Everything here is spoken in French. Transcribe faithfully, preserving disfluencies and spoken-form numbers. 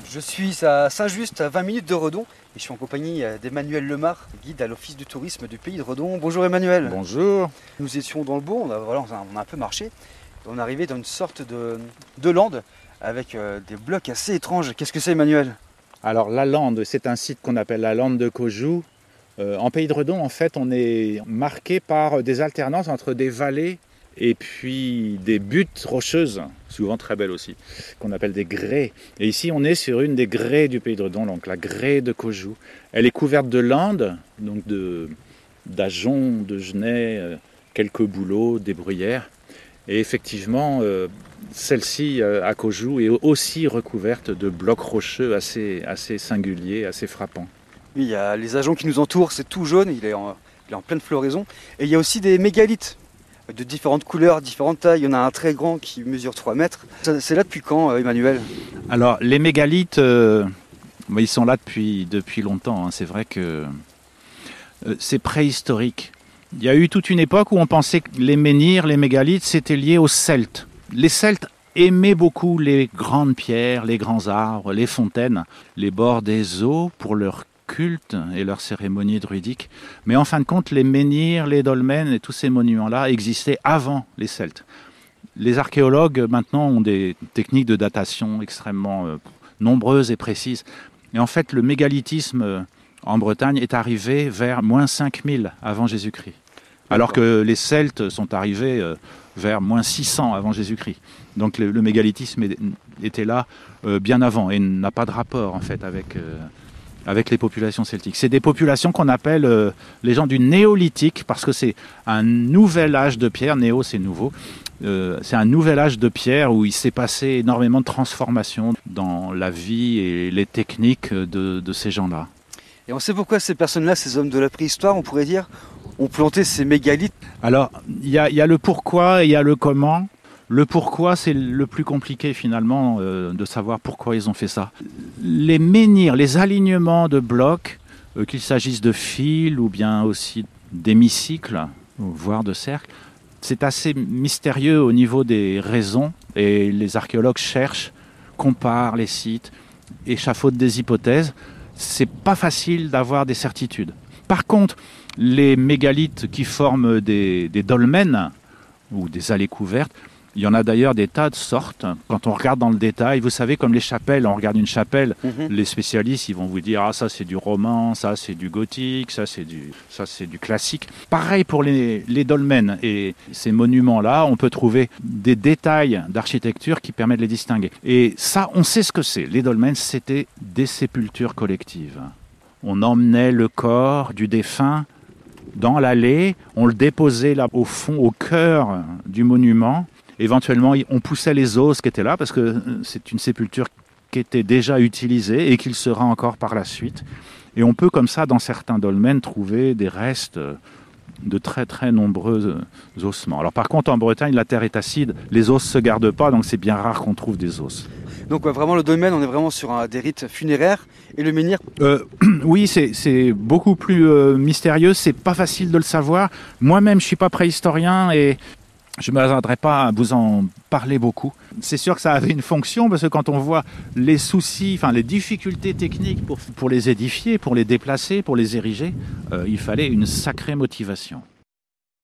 Je suis à Saint-Just, à vingt minutes de Redon, et je suis en compagnie d'Emmanuel Lemar, guide à l'Office du tourisme du pays de Redon. Bonjour Emmanuel. Bonjour. Nous étions dans le Beau, on a, voilà, on a un peu marché, et on est arrivé dans une sorte de, de lande avec euh, des blocs assez étranges. Qu'est-ce que c'est Emmanuel? Alors la lande, c'est un site qu'on appelle la lande de Caujou. Euh, en pays de Redon, en fait, on est marqué par des alternances entre des vallées et puis des buttes rocheuses, souvent très belles aussi, qu'on appelle des grès. Et ici, on est sur une des grès du pays de Redon, donc la grès de Caujou. Elle est couverte de landes, donc de, d'ajoncs, de genêts, euh, quelques bouleaux, des bruyères. Et effectivement, euh, celle-ci, euh, à Caujou, est aussi recouverte de blocs rocheux assez, assez singuliers, assez frappants. Oui, il y a les ajoncs qui nous entourent, c'est tout jaune, il est, en, il est en pleine floraison. Et il y a aussi des mégalithes de différentes couleurs, différentes tailles. Il y en a un très grand qui mesure trois mètres. C'est là depuis quand, Emmanuel? Alors, les mégalithes, euh, ils sont là depuis, depuis longtemps. Hein. C'est vrai que euh, c'est préhistorique. Il y a eu toute une époque où on pensait que les menhirs, les mégalithes, c'était lié aux Celtes. Les Celtes aimaient beaucoup les grandes pierres, les grands arbres, les fontaines, les bords des eaux pour leur culte et leurs cérémonies druidiques. Mais en fin de compte, les menhirs, les dolmens et tous ces monuments-là existaient avant les Celtes. Les archéologues, maintenant, ont des techniques de datation extrêmement euh, nombreuses et précises. Et en fait, le mégalithisme euh, en Bretagne est arrivé vers moins cinq mille avant Jésus-Christ. Alors que les Celtes sont arrivés euh, vers moins six cents avant Jésus-Christ. Donc le, le mégalithisme est, était là euh, bien avant et n'a pas de rapport en fait avec... Euh, avec les populations celtiques. C'est des populations qu'on appelle euh, les gens du néolithique, parce que c'est un nouvel âge de pierre, néo c'est nouveau, euh, c'est un nouvel âge de pierre où il s'est passé énormément de transformations dans la vie et les techniques de, de ces gens-là. Et on sait pourquoi ces personnes-là, ces hommes de la préhistoire, on pourrait dire, ont planté ces mégalithes? Alors, il y a, y a le pourquoi et il y a le comment. Le pourquoi, c'est le plus compliqué finalement euh, de savoir pourquoi ils ont fait ça. Les menhirs, les alignements de blocs, euh, qu'il s'agisse de fils ou bien aussi d'hémicycles, voire de cercles, c'est assez mystérieux au niveau des raisons et les archéologues cherchent, comparent les sites, échafaudent des hypothèses. C'est pas facile d'avoir des certitudes. Par contre, les mégalithes qui forment des, des dolmens ou des allées couvertes, il y en a d'ailleurs des tas de sortes. Quand on regarde dans le détail, vous savez, comme les chapelles, on regarde une chapelle, mm-hmm. Les spécialistes, ils vont vous dire « Ah, ça c'est du roman, ça c'est du gothique, ça c'est du, ça, c'est du classique ». Pareil pour les, les dolmens et ces monuments-là, on peut trouver des détails d'architecture qui permettent de les distinguer. Et ça, on sait ce que c'est. Les dolmens, c'était des sépultures collectives. On emmenait le corps du défunt dans l'allée, on le déposait là au fond, au cœur du monument. Éventuellement, on poussait les os qui étaient là parce que c'est une sépulture qui était déjà utilisée et qui le sera encore par la suite. Et on peut comme ça, dans certains dolmens, trouver des restes de très très nombreux ossements. Alors par contre, en Bretagne, la terre est acide, les os ne se gardent pas, donc c'est bien rare qu'on trouve des os. Donc ouais, vraiment le dolmen, on est vraiment sur un, des rites funéraires. Et le menhir euh, Oui, c'est, c'est beaucoup plus euh, mystérieux, c'est pas facile de le savoir. Moi-même, je suis pas préhistorien et je ne m'attarderai pas à vous en parler beaucoup. C'est sûr que ça avait une fonction parce que quand on voit les soucis, enfin les difficultés techniques pour, pour les édifier, pour les déplacer, pour les ériger, euh, il fallait une sacrée motivation.